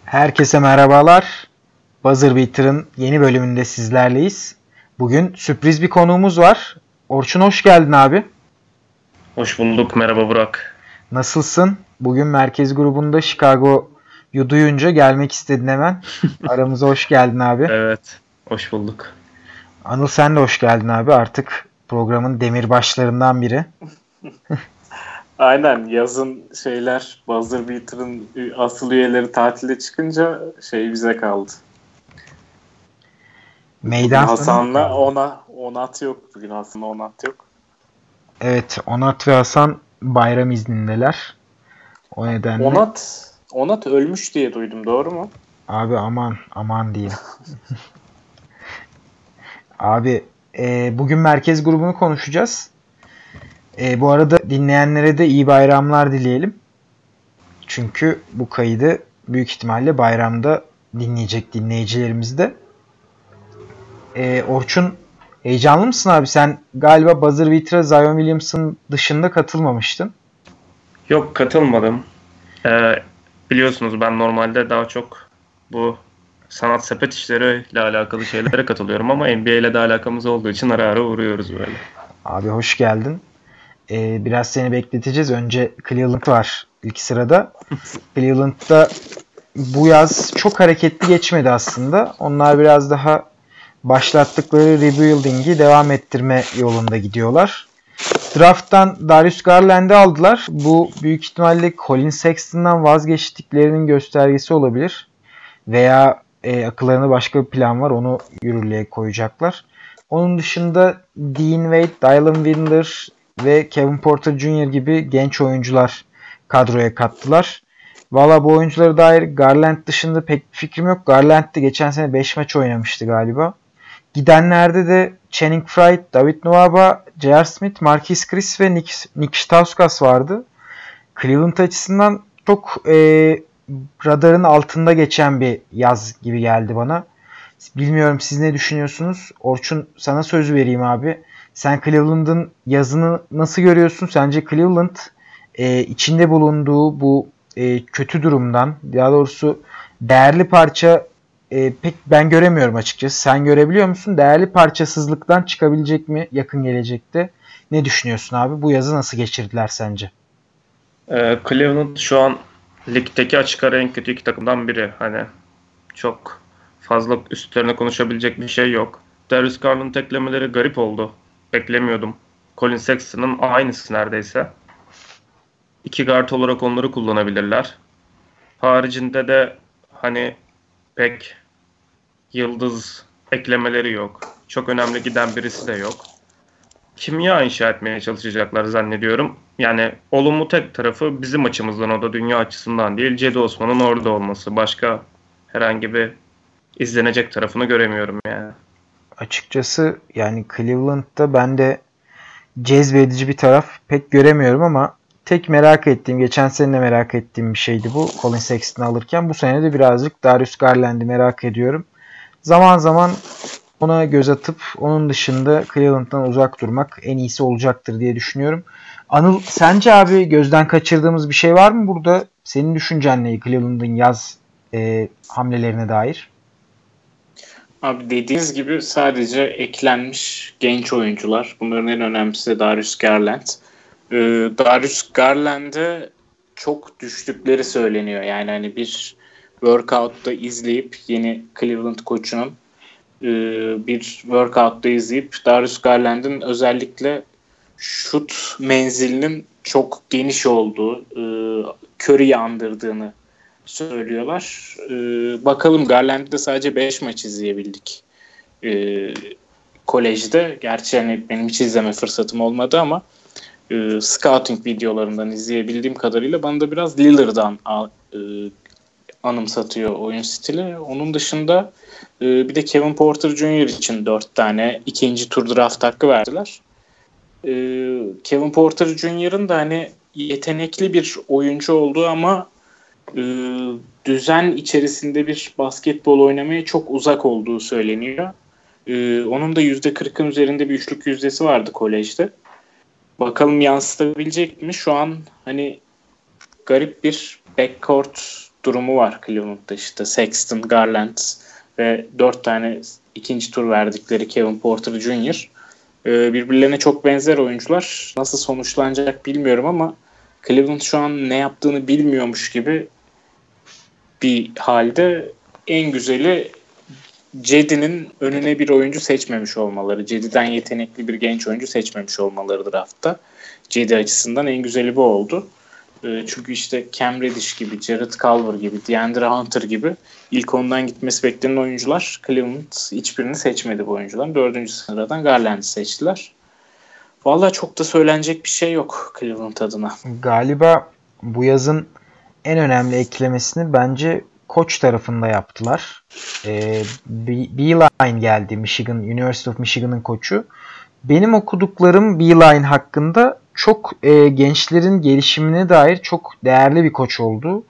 Herkese merhabalar. Buzzer Beater'ın yeni bölümünde sizlerleyiz. Bugün sürpriz bir konuğumuz var. Orçun hoş geldin abi. Hoş bulduk. Merhaba Burak. Nasılsın? Bugün merkez grubunda Chicago'yu duyunca gelmek istedin hemen. Aramıza hoş geldin abi. Evet. Hoş bulduk. Anıl sen de hoş geldin abi. Artık programın demirbaşlarından biri. Aynen yazın Buzzer Beater'ın asıl üyeleri tatile çıkınca bize kaldı. Bugün Hasan'la Onat yok. Bugün Hasan'la Onat yok. Evet, Onat ve Hasan bayram iznindeler. O nedenle... Onat ölmüş diye duydum, doğru mu? Abi aman diyeyim. Abi bugün merkez grubunu konuşacağız. Bu arada dinleyenlere de iyi bayramlar dileyelim. Çünkü bu kaydı büyük ihtimalle bayramda dinleyecek dinleyicilerimiz de. Orçun heyecanlı mısın abi? Sen galiba Buzzer Beater'a Zion Williamson dışında katılmamıştın. Yok, katılmadım. Biliyorsunuz ben normalde daha çok bu sanat sepet işleriyle alakalı şeylere katılıyorum ama NBA ile de alakamız olduğu için ara ara uğruyoruz böyle. Abi hoş geldin. Biraz seni bekleteceğiz. Önce Cleveland var ilk sırada. Cleveland'da bu yaz çok hareketli geçmedi aslında. Onlar biraz daha başlattıkları rebuilding'i devam ettirme yolunda gidiyorlar. Draft'tan Darius Garland'ı aldılar. Bu büyük ihtimalle Colin Sexton'dan vazgeçtiklerinin göstergesi olabilir. Veya akıllarında başka bir plan var. Onu yürürlüğe koyacaklar. Onun dışında Dean Wade, Dylan Windler ve Kevin Porter Jr. gibi genç oyuncular kadroya kattılar. Valla bu oyunculara dair Garland dışında pek bir fikrim yok. Garland de geçen sene 5 maç oynamıştı galiba. Gidenlerde de Channing Frye, David Nwaba, J.R. Smith, Marquise Chris ve Nick Stauskas vardı. Cleveland açısından çok radarın altında geçen bir yaz gibi geldi bana. Bilmiyorum siz ne düşünüyorsunuz? Orçun sana söz vereyim abi. Sen Cleveland'ın yazını nasıl görüyorsun? Sence Cleveland içinde bulunduğu bu kötü durumdan, daha doğrusu değerli parça pek ben göremiyorum açıkçası. Sen görebiliyor musun? Değerli parçasızlıktan çıkabilecek mi yakın gelecekte? Ne düşünüyorsun abi? Bu yazı nasıl geçirdiler sence? Cleveland şu an ligdeki açık ara en kötü iki takımdan biri. Hani çok fazla üstlerine konuşabilecek bir şey yok. Darius Garland eklemeleri garip oldu. Beklemiyordum. Colin Sexton'ın aynısı neredeyse. İki guard olarak onları kullanabilirler. Haricinde de hani pek yıldız eklemeleri yok. Çok önemli giden birisi de yok. Kimya inşa etmeye çalışacaklar zannediyorum. Yani olumlu tek tarafı bizim açımızdan, o da dünya açısından değil, Cedi Osman'ın orada olması. Başka herhangi bir izlenecek tarafını göremiyorum yani. Açıkçası yani Cleveland'da ben de cezbedici bir taraf pek göremiyorum ama tek merak ettiğim, geçen sene de merak ettiğim bir şeydi bu. Colin Sexton'ı alırken bu sene de birazcık Darius Garland'i merak ediyorum. Zaman zaman ona göz atıp onun dışında Cleveland'dan uzak durmak en iyisi olacaktır diye düşünüyorum. Anıl sence abi gözden kaçırdığımız bir şey var mı burada? Senin düşüncen ne Cleveland'ın yaz hamlelerine dair? Abi dediğiniz gibi sadece eklenmiş genç oyuncular. Bunların en önemlisi de Darius Garland. Darius Garland'e çok düştükleri söyleniyor. Yani hani bir workout'ta izleyip yeni Cleveland koçunun bir workout'ta izleyip Darius Garland'ın özellikle şut menzilinin çok geniş olduğu, Curry'i andırdığını söylüyorlar. Bakalım, Garland'de sadece 5 maç izleyebildik kolejde. Gerçi hani benim hiç izleme fırsatım olmadı ama scouting videolarından izleyebildiğim kadarıyla bana da biraz Lillard'dan anımsatıyor oyun stili. Onun dışında bir de Kevin Porter Jr. için 4 tane ikinci tur draft hakkı verdiler. Kevin Porter Jr.'ın da hani yetenekli bir oyuncu olduğu ama düzen içerisinde bir basketbol oynamaya çok uzak olduğu söyleniyor. Onun da %40'ın üzerinde bir üçlük yüzdesi vardı kolejde. Bakalım yansıtabilecek mi? Şu an hani garip bir backcourt durumu var Cleveland'da işte. Sexton, Garland ve 4 tane ikinci tur verdikleri Kevin Porter Jr. Birbirlerine çok benzer oyuncular. Nasıl sonuçlanacak bilmiyorum ama Cleveland şu an ne yaptığını bilmiyormuş gibi bir halde. En güzeli Cedi'nin önüne bir oyuncu seçmemiş olmaları. Cedi'den yetenekli bir genç oyuncu seçmemiş olmaları draftta. Cedi açısından en güzeli bu oldu. Çünkü işte Cam Reddish gibi, Jared Culver gibi, DeAndre Hunter gibi ilk ondan gitmesi beklenen oyuncular. Cleveland hiçbirini seçmedi bu oyuncuların. 4. sıradan Garland'ı seçtiler. Vallahi çok da söylenecek bir şey yok Cleveland adına. Galiba bu yazın en önemli eklemesini bence koç tarafında yaptılar. Beilein geldi, University of Michigan'ın koçu. Benim okuduklarım Beilein hakkında çok gençlerin gelişimine dair çok değerli bir koç oldu.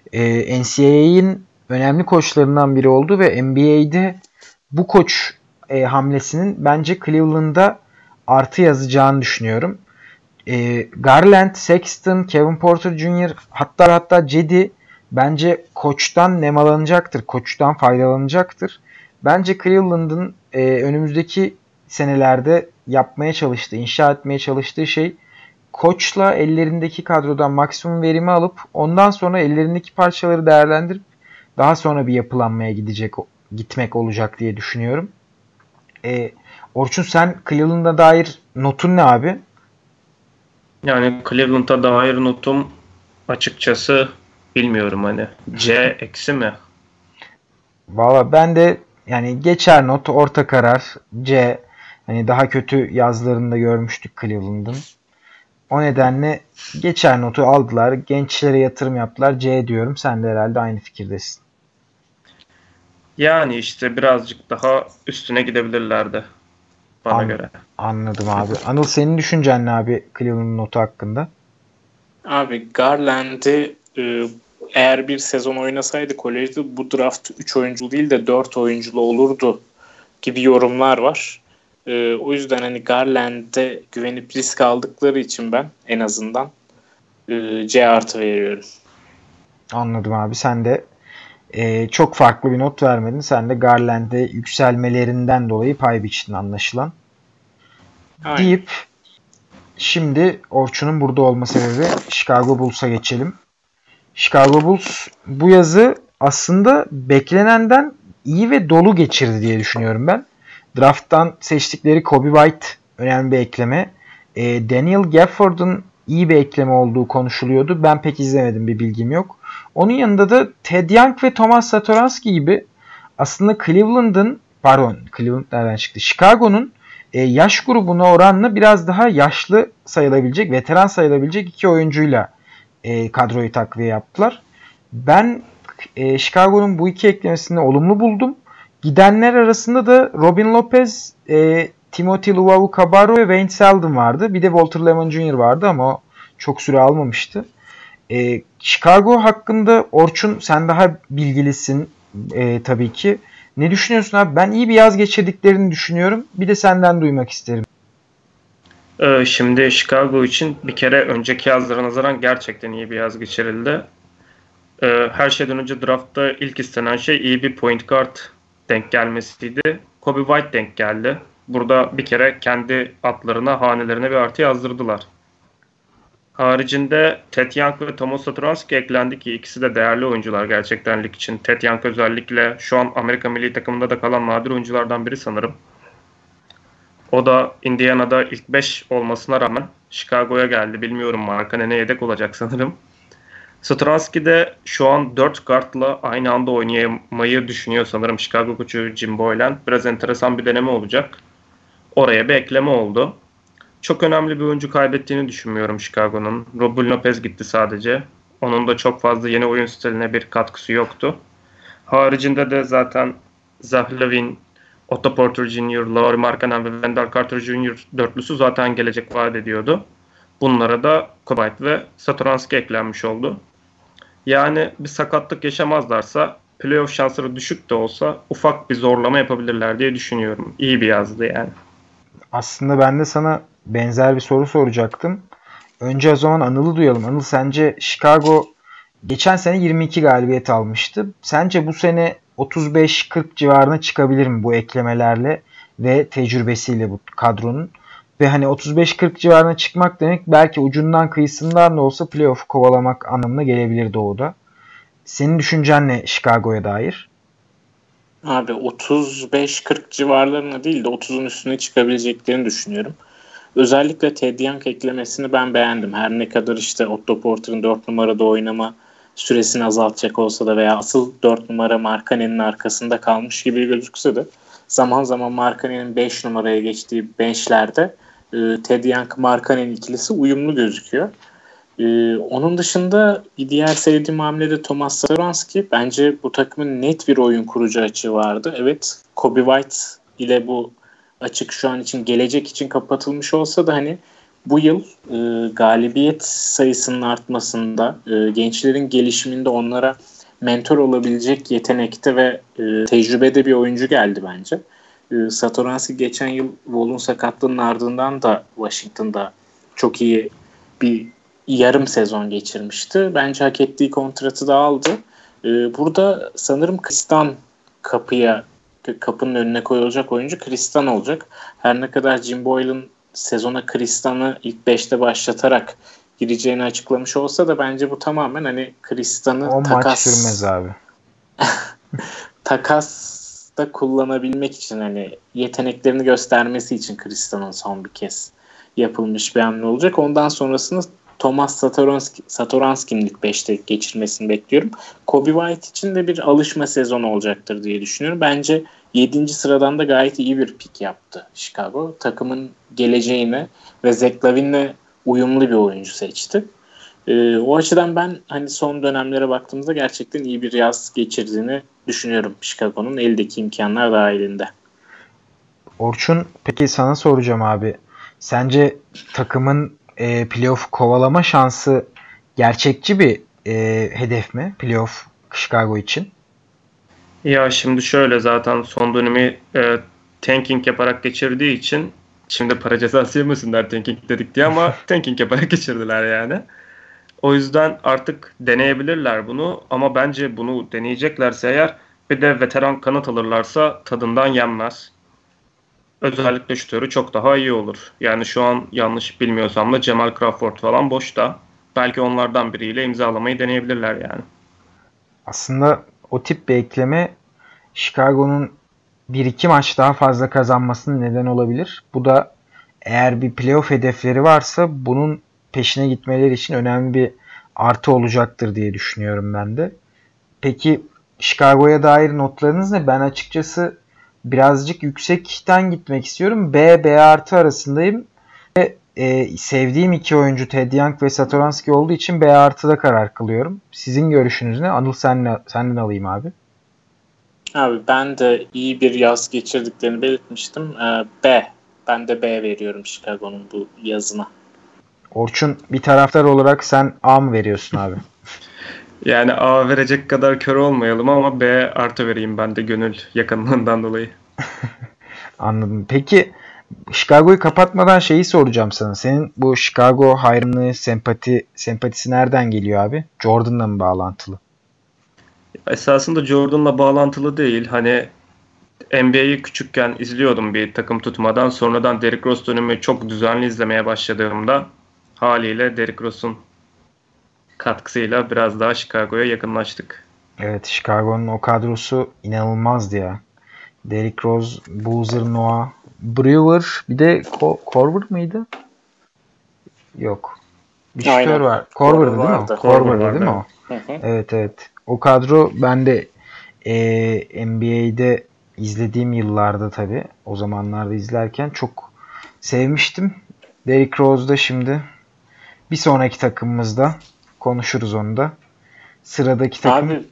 NCAA'in önemli koçlarından biri oldu ve NBA'de bu koç hamlesinin bence Cleveland'da artı yazacağını düşünüyorum. Garland, Sexton, Kevin Porter Jr. hatta Cedi bence koçtan nemalanacaktır. Koçtan faydalanacaktır. Bence Cleveland'ın önümüzdeki senelerde yapmaya çalıştığı, inşa etmeye çalıştığı şey koçla ellerindeki kadrodan maksimum verimi alıp ondan sonra ellerindeki parçaları değerlendirip daha sonra bir yapılanmaya gitmek olacak diye düşünüyorum. Orçun, sen Cleveland'a dair notun ne abi? Yani Cleveland'a dair notum açıkçası bilmiyorum hani. C eksi mi? Valla ben de yani geçer not, orta karar C. Hani daha kötü yazlarında görmüştük Cleveland'ın. O nedenle geçer notu aldılar. Gençlere yatırım yaptılar. C diyorum. Sen de herhalde aynı fikirdesin. Yani işte birazcık daha üstüne gidebilirlerdi bana göre. Anladım abi. Anıl, senin düşüncen ne abi Cleveland'ın notu hakkında? Abi Garland'i eğer bir sezon oynasaydı kolejde bu draft 3 oyuncu değil de 4 oyunculu olurdu gibi yorumlar var. O yüzden hani Garland'e güvenip risk aldıkları için ben en azından C artı veriyorum. Anladım abi. Sen de çok farklı bir not vermedin. Sen de Garland'e yükselmelerinden dolayı pay biçtin anlaşılan. Aynen. Deyip şimdi Orçun'un burada olma sebebi Chicago Bulls'a geçelim. Chicago Bulls bu yazı aslında beklenenden iyi ve dolu geçirdi diye düşünüyorum ben. Draft'tan seçtikleri Kobe White önemli bir ekleme. Daniel Gafford'un iyi bir ekleme olduğu konuşuluyordu. Ben pek izlemedim, bir bilgim yok. Onun yanında da Ted Young ve Tomas Satoranski gibi aslında Cleveland nereden çıktı? Chicago'nun yaş grubuna oranla biraz daha yaşlı sayılabilecek, veteran sayılabilecek iki oyuncuyla kadroyu takviye yaptılar. Ben Chicago'nun bu iki eklemesini olumlu buldum. Gidenler arasında da Robin Lopez, Timothy Luwawu-Cabarrot ve Wayne Selden vardı. Bir de Walter Lemon Jr. vardı ama o çok süre almamıştı. Chicago hakkında Orçun, sen daha bilgilisin tabii ki. Ne düşünüyorsun abi? Ben iyi bir yaz geçirdiklerini düşünüyorum. Bir de senden duymak isterim. Şimdi Chicago için bir kere önceki yazlara nazaran gerçekten iyi bir yaz geçirildi. Her şeyden önce draftta ilk istenen şey iyi bir point guard denk gelmesiydi. Kobe White denk geldi. Burada bir kere kendi atlarına, hanelerine bir artı yazdırdılar. Haricinde Ted Young ve Tomas Satoranski eklendi ki ikisi de değerli oyuncular gerçekten lig için. Ted Young özellikle şu an Amerika milli takımında da kalan nadir oyunculardan biri sanırım. O da Indiana'da ilk 5 olmasına rağmen Chicago'ya geldi. Bilmiyorum, Markkanen'e yedek olacak sanırım. Satoranski de şu an 4 guard'la aynı anda oynamayı düşünüyor sanırım Chicago koçu Jim Boylan. Biraz enteresan bir deneme olacak. Oraya bir ekleme oldu. Çok önemli bir oyuncu kaybettiğini düşünmüyorum Chicago'nun. Robin Lopez gitti sadece. Onun da çok fazla yeni oyun stiline bir katkısı yoktu. Haricinde de zaten Zach LaVine, Otto Porter Jr., Lauri Markkanen ve Wendell Carter Jr. dörtlüsü zaten gelecek vaat ediyordu. Bunlara da Kobe White ve Satoranski eklenmiş oldu. Yani bir sakatlık yaşamazlarsa playoff şansları düşük de olsa ufak bir zorlama yapabilirler diye düşünüyorum. İyi bir yazdı yani. Aslında ben de sana benzer bir soru soracaktım. Önce o zaman Anıl'ı duyalım. Anıl, sence Chicago Geçen sene 22 galibiyet almıştı. Sence bu sene 35-40 civarına çıkabilir mi bu eklemelerle ve tecrübesiyle bu kadronun? Ve hani 35-40 civarına çıkmak demek belki ucundan kıyısından da olsa playoff kovalamak anlamına gelebilir Doğu'da. Senin düşüncen ne Chicago'ya dair? Abi 35-40 civarlarına değil de 30'un üstüne çıkabileceklerini düşünüyorum. Özellikle Ted Young eklemesini ben beğendim. Her ne kadar işte Otto Porter'ın 4 numarada oynama süresini azaltacak olsa da veya asıl 4 numara Markkanen'in arkasında kalmış gibi gözükse de zaman zaman Markkanen'in 5 numaraya geçtiği bench'lerde Ted Young-Markkanen ikilisi uyumlu gözüküyor. Onun dışında bir diğer sevdiğim hamle de Tomas Satoranski. Bence bu takımın net bir oyun kurucu açığı vardı. Evet, Kobe White ile bu açık şu an için gelecek için kapatılmış olsa da hani bu yıl galibiyet sayısının artmasında, gençlerin gelişiminde onlara mentor olabilecek yetenekte ve tecrübede bir oyuncu geldi bence. Satoranski geçen yıl Wall'un sakatlığının ardından da Washington'da çok iyi bir yarım sezon geçirmişti. Bence hak ettiği kontratı da aldı. Burada sanırım kapının önüne koyulacak oyuncu Kristan olacak. Her ne kadar Jim Boyle'ın sezona Kristan'ı ilk 5'te başlatarak gireceğini açıklamış olsa da bence bu tamamen hani Kristan'ı maç sürmez abi. takasta kullanabilmek için hani yeteneklerini göstermesi için Kristan'ın son bir kez yapılmış bir hamle olacak. Ondan sonrasını Tomas Satoranski'nin ilk 5'te geçirmesini bekliyorum. Kobe White için de bir alışma sezonu olacaktır diye düşünüyorum. Bence 7. sıradan da gayet iyi bir pik yaptı Chicago. Takımın geleceğine ve Zach Lavin'le uyumlu bir oyuncu seçti. O açıdan ben hani son dönemlere baktığımızda gerçekten iyi bir yaz geçirdiğini düşünüyorum Chicago'nun eldeki imkanlar dahilinde. Orçun, peki sana soracağım abi. Sence takımın playoff kovalama şansı gerçekçi bir hedef mi playoff Chicago için? Ya şimdi şöyle, zaten son dönemi tanking yaparak geçirdiği için şimdi para cezası yemesinler tanking dedik diye ama tanking yaparak geçirdiler yani. O yüzden artık deneyebilirler bunu ama bence bunu deneyeceklerse eğer bir de veteran kanat alırlarsa tadından yenmez. Özellikle şutörü çok daha iyi olur. Yani şu an yanlış bilmiyorsam da Jamal Crawford falan boşta. Belki onlardan biriyle imzalamayı deneyebilirler yani. Aslında o tip bir ekleme Chicago'nun 1-2 maç daha fazla kazanmasının neden olabilir. Bu da eğer bir playoff hedefleri varsa bunun peşine gitmeleri için önemli bir artı olacaktır diye düşünüyorum ben de. Peki Chicago'ya dair notlarınız ne? Ben açıkçası birazcık yüksekten gitmek istiyorum. B artı arasındayım. Ve sevdiğim iki oyuncu Ted Young ve Satoranski olduğu için B artıda karar kılıyorum. Sizin görüşünüz ne? Anıl senden alayım abi. Abi ben de iyi bir yaz geçirdiklerini belirtmiştim. B. Ben de B veriyorum Chicago'nun bu yazına. Orçun, bir taraftar olarak sen A mı veriyorsun abi? Yani A verecek kadar kör olmayalım ama B artı vereyim ben de gönül yakınlığından dolayı. Anladım. Peki Chicago'yu kapatmadan şeyi soracağım sana. Senin bu Chicago hayranlığı, sempatisi nereden geliyor abi? Jordan'la mı bağlantılı? Esasında Jordan'la bağlantılı değil. Hani NBA'yi küçükken izliyordum bir takım tutmadan. Sonradan Derrick Rose dönemi çok düzenli izlemeye başladığımda haliyle Derrick Rose'un katkısıyla biraz daha Chicago'ya yakınlaştık. Evet, Chicago'nun o kadrosu inanılmazdı ya. Derrick Rose, Boozer, Noah, Brewer, bir de Korver mıydı? Yok. Bir şutör var. Korver'dı değil mi o? Korver'dı değil mi o? Evet. O kadro ben de NBA'de izlediğim yıllarda tabii. O zamanlarda izlerken çok sevmiştim. Derrick Rose da şimdi bir sonraki takımımızda konuşuruz onu da. Sıradaki takım... Abi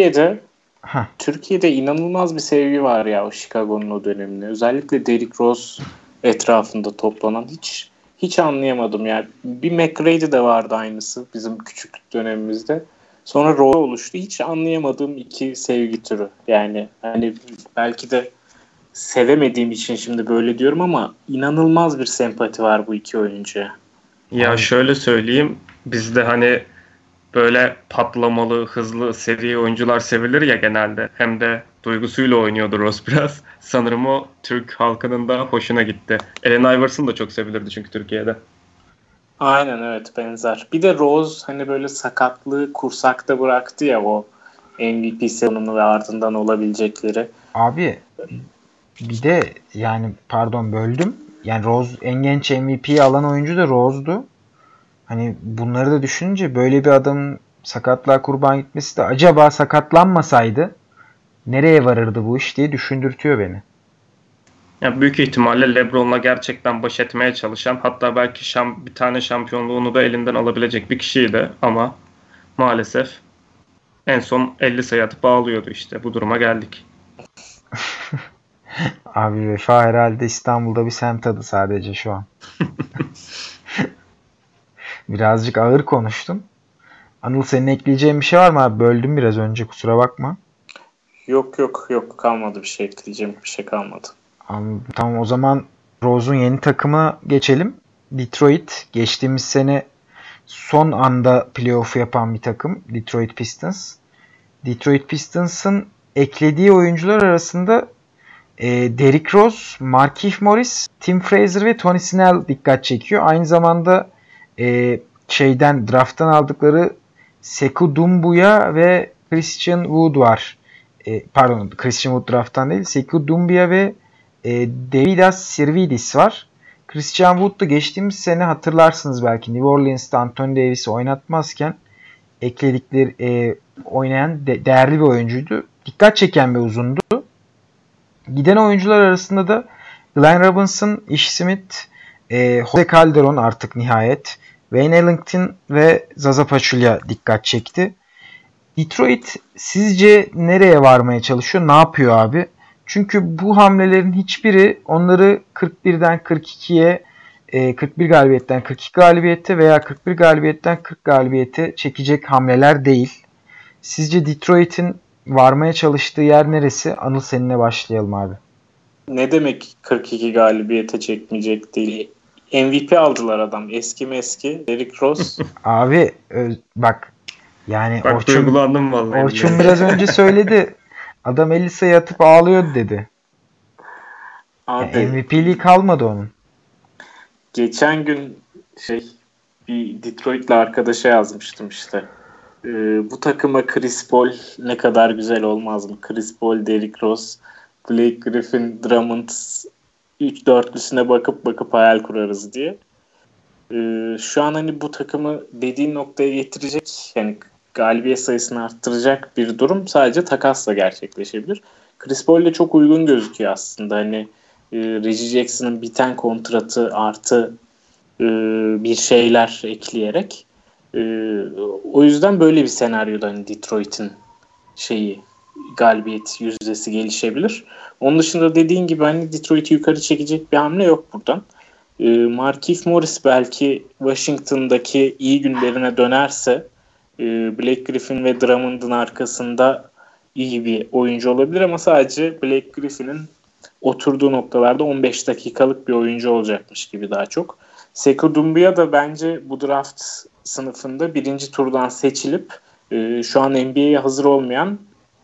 Türkiye'de inanılmaz bir sevgi var ya o Chicago'nun o döneminde. Özellikle Derrick Rose etrafında toplanan hiç anlayamadım yani. Bir McGrady de vardı aynısı bizim küçüklük dönemimizde. Sonra Rose oluştu. Hiç anlayamadığım iki sevgi türü. Yani hani belki de sevemediğim için şimdi böyle diyorum ama inanılmaz bir sempati var bu iki oyuncuya. Ya şöyle söyleyeyim, bizde hani böyle patlamalı, hızlı, seri oyuncular sevilir ya genelde. Hem de duygusuyla oynuyordu Rose biraz. Sanırım o Türk halkının da hoşuna gitti. Allen Iverson da çok sevilirdi çünkü Türkiye'de. Aynen, evet, benzer. Bir de Rose hani böyle sakatlığı kursakta bıraktı ya, o MVP sezonunu ve ardından olabilecekleri. Abi bir de yani pardon böldüm. Yani Rose en genç MVP'yi alan oyuncu da Rose'du. Hani bunları da düşününce böyle bir adamın sakatlığa kurban gitmesi de acaba sakatlanmasaydı nereye varırdı bu iş diye düşündürtüyor beni. Yani büyük ihtimalle LeBron'la gerçekten baş etmeye çalışan, hatta belki bir tane şampiyonluğunu da elinden alabilecek bir kişiydi ama maalesef en son 50 sayı atıp ağlıyordu işte. Bu duruma geldik. Abi vefa herhalde İstanbul'da bir semt adı sadece şu an. Birazcık ağır konuştum. Anıl senin ekleyeceğin bir şey var mı abi? Böldüm biraz önce, kusura bakma. Yok, kalmadı bir şey, ekleyeceğim bir şey kalmadı. Tamam, o zaman Rose'un yeni takımına geçelim. Detroit geçtiğimiz sene son anda playoff yapan bir takım. Detroit Pistons. Detroit Pistons'ın eklediği oyuncular arasında Derrick Rose, Markieff Morris, Tim Frazier ve Tony Snell dikkat çekiyor. Aynı zamanda draft'tan aldıkları Sekou Doumbouya ve Christian Wood var. Christian Wood draft'tan değil. Sekou Doumbouya ve Davidas Sirvidis var. Christian Wood da geçtiğimiz sene hatırlarsınız belki New Orleans'ta Anthony Davis'i oynatmazken ekledikleri oynayan değerli bir oyuncuydu. Dikkat çeken bir uzundu. Giden oyuncular arasında da Glenn Robinson, Ish Smith, Jose Calderon artık nihayet, Wayne Ellington ve Zaza Pachulia dikkat çekti. Detroit sizce nereye varmaya çalışıyor? Ne yapıyor abi? Çünkü bu hamlelerin hiçbiri onları 41'den 42'ye 41 galibiyetten 42 galibiyete veya 41 galibiyetten 40 galibiyete çekecek hamleler değil. Sizce Detroit'in varmaya çalıştığı yer neresi? Anıl, seninle başlayalım abi. Ne demek 42 galibiyete çekmeyecek değil? MVP aldılar adam. Eski meski. Derrick Rose. Abi bak yani Bak duygulandım vallahi. Orçun biraz önce söyledi. Adam 50 sayı atıp ağlıyordu dedi. Abi, yani MVP'liği kalmadı onun. geçen gün bir Detroit'le arkadaşa yazmıştım işte. Bu takıma Chris Paul ne kadar güzel olmaz mı? Chris Paul, Derrick Rose, Blake Griffin, Drummond 3-4'lüsüne bakıp hayal kurarız diye. Şu an hani bu takımı dediğin noktaya getirecek, yani galibiyet sayısını arttıracak bir durum sadece takasla gerçekleşebilir. Chris Paul de çok uygun gözüküyor aslında. Hani Reggie Jackson'ın biten kontratı artı bir şeyler ekleyerek. O yüzden böyle bir senaryoda hani Detroit'in galibiyet yüzdesi gelişebilir. Onun dışında dediğin gibi hani Detroit'i yukarı çekecek bir hamle yok buradan. Markieff Morris belki Washington'daki iyi günlerine dönerse Blake Griffin ve Drummond'un arkasında iyi bir oyuncu olabilir ama sadece Blake Griffin'in oturduğu noktalarda 15 dakikalık bir oyuncu olacakmış gibi daha çok. Sekou Doumbouya da bence bu draft sınıfında birinci turdan seçilip şu an NBA'ye hazır olmayan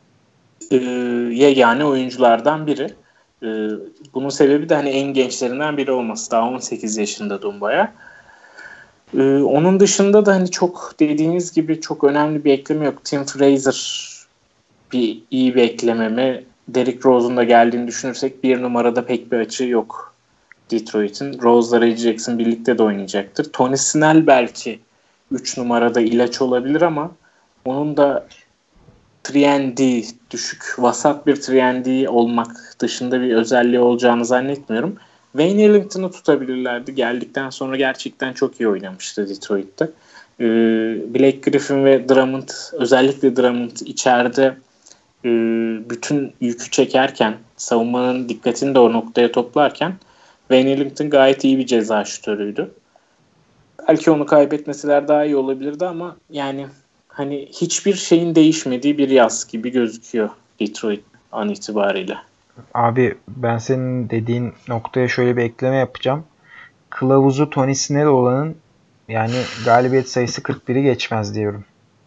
yegane oyunculardan biri. Bunun sebebi de hani en gençlerinden biri olması. Daha 18 yaşında Doumbouya. Onun dışında da hani çok dediğiniz gibi çok önemli bir ekleme yok. Tim Frazier iyi bir ekleme mi? Derrick Rose'un da geldiğini düşünürsek bir numarada pek bir açığı yok Detroit'in. Rose'la Reggie Jackson birlikte de oynayacaktır. Tony Snell belki 3 numarada ilaç olabilir ama onun da 3&D düşük, vasat bir 3&D olmak dışında bir özelliği olacağını zannetmiyorum. Wayne Ellington'u tutabilirlerdi. Geldikten sonra gerçekten çok iyi oynamıştı Detroit'te. Blake Griffin ve Drummond, özellikle Drummond içeride bütün yükü çekerken, savunmanın dikkatini de o noktaya toplarken Wayne Ellington gayet iyi bir ceza şutörüydü. Belki onu kaybetmeseler daha iyi olabilirdi ama yani hani hiçbir şeyin değişmediği bir yaz gibi gözüküyor Detroit an itibariyle. Abi ben senin dediğin noktaya şöyle bir ekleme yapacağım. Kılavuzu Tony Snell olanın yani galibiyet sayısı 41'i geçmez diyorum.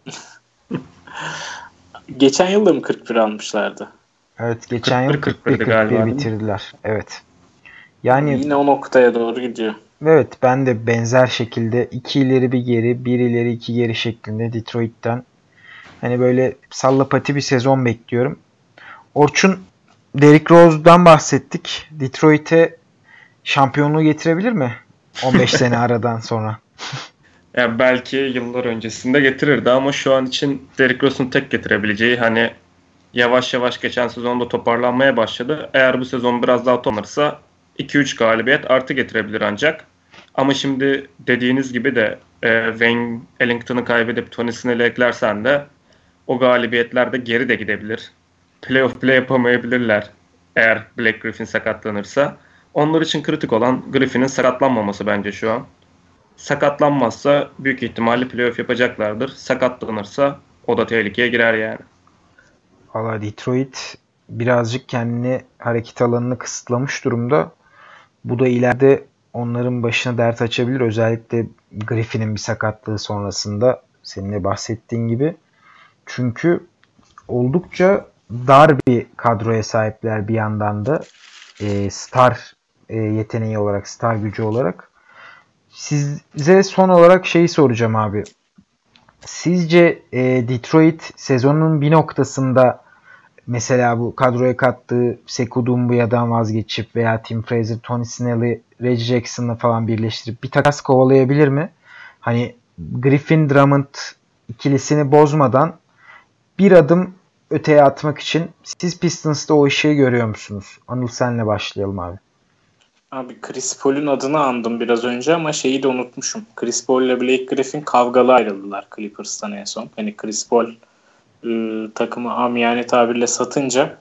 Geçen yıl da mı 41 almışlardı? Evet, geçen yıl 41 bitirdiler. Evet. Yani yine o noktaya doğru gidiyor. Evet, ben de benzer şekilde 2 ileri bir geri, 1 ileri 2 geri şeklinde Detroit'ten hani böyle sallapati bir sezon bekliyorum. Orçun, Derrick Rose'dan bahsettik. Detroit'e şampiyonluğu getirebilir mi? 15 sene aradan sonra. Yani belki yıllar öncesinde getirirdi ama şu an için Derrick Rose'un tek getirebileceği hani yavaş yavaş geçen sezonda toparlanmaya başladı. Eğer bu sezon biraz daha toparlanırsa 2-3 galibiyet artı getirebilir ancak. Ama şimdi dediğiniz gibi de Wayne Ellington'ı kaybedip Tony Snell'i eklersen de o galibiyetler de geri de gidebilir. Playoff bile yapamayabilirler eğer Blake Griffin sakatlanırsa. Onlar için kritik olan Griffin'in sakatlanmaması bence şu an. Sakatlanmazsa büyük ihtimalle playoff yapacaklardır. Sakatlanırsa o da tehlikeye girer yani. Valla Detroit birazcık kendini hareket alanını kısıtlamış durumda. Bu da ileride onların başına dert açabilir. Özellikle Griffin'in bir sakatlığı sonrasında senin de bahsettiğin gibi. Çünkü oldukça dar bir kadroya sahipler bir yandan da star yeteneği olarak, star gücü olarak. Size son olarak şeyi soracağım abi. Sizce Detroit sezonun bir noktasında mesela bu kadroya kattığı Sekou Doumbouya'dan vazgeçip veya Tim Fraser, Tony Snell'i, Reggie Jackson'la falan birleştirip bir takas kovalayabilir mi? Hani Griffin Drummond ikilisini bozmadan bir adım öteye atmak için siz Pistons'ta o ışığı görüyor musunuz? Anıl, senle başlayalım abi. Abi Chris Paul'un adını andım biraz önce ama şeyi de unutmuşum. Chris Paul ile Blake Griffin kavgalı ayrıldılar Clippers'tan en son. Hani Chris Paul takımı amiyane tabirle satınca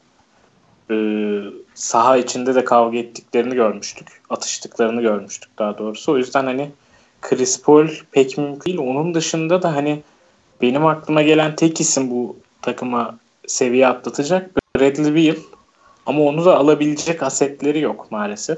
saha içinde de kavga ettiklerini görmüştük. Atıştıklarını görmüştük daha doğrusu. O yüzden hani Chris Paul pek mümkün değil. Onun dışında da hani benim aklıma gelen tek isim bu takıma seviye atlatacak Bradley Beal. Ama onu da alabilecek asetleri yok maalesef.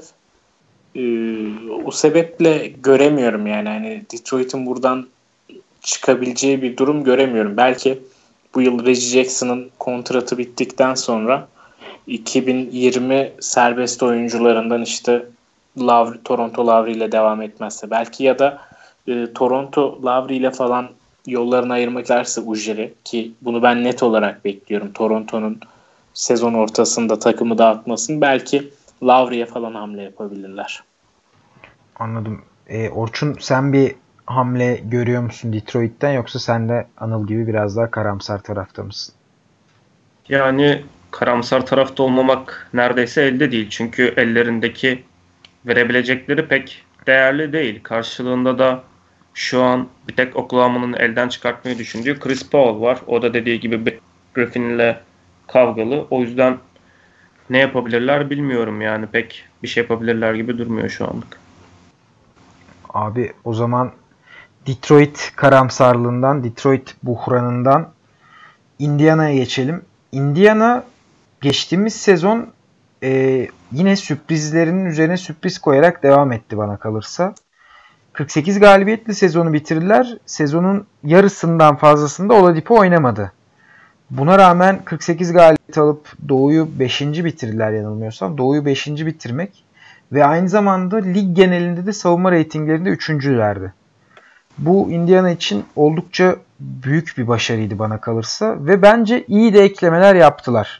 O sebeple göremiyorum yani. Hani Detroit'in buradan çıkabileceği bir durum göremiyorum. Belki bu yıl Reggie Jackson'ın kontratı bittikten sonra 2020 serbest oyuncularından işte Toronto Lowry ile devam etmezse belki ya da Toronto Lowry ile falan yollarını ayırmak isterse Ujiri, ki bunu ben net olarak bekliyorum. Toronto'nun sezon ortasında takımı dağıtmasın. Belki Lowry'e falan hamle yapabilirler. Anladım. Orçun, sen bir hamle görüyor musun Detroit'ten, yoksa sen de Anıl gibi biraz daha karamsar tarafta mısın? Yani karamsar tarafta olmamak neredeyse elde değil. Çünkü ellerindeki verebilecekleri pek değerli değil. Karşılığında da şu an bir tek Oklahoma'nın elden çıkartmayı düşündüğü Chris Paul var. O da dediği gibi Griffin'le kavgalı. O yüzden ne yapabilirler bilmiyorum yani. Pek bir şey yapabilirler gibi durmuyor şu anlık. Abi o zaman Detroit karamsarlığından, Detroit buhranından Indiana'ya geçelim. Indiana geçtiğimiz sezon yine sürprizlerinin üzerine sürpriz koyarak devam etti bana kalırsa. 48 galibiyetli sezonu bitirdiler. Sezonun yarısından fazlasında Oladipo oynamadı. Buna rağmen 48 galibiyet alıp Doğu'yu 5. bitirdiler yanılmıyorsam. Doğu'yu 5. bitirmek ve aynı zamanda lig genelinde de savunma reytinglerinde 3.'lerdi. Bu Indiana için oldukça büyük bir başarıydı bana kalırsa ve bence iyi de eklemeler yaptılar.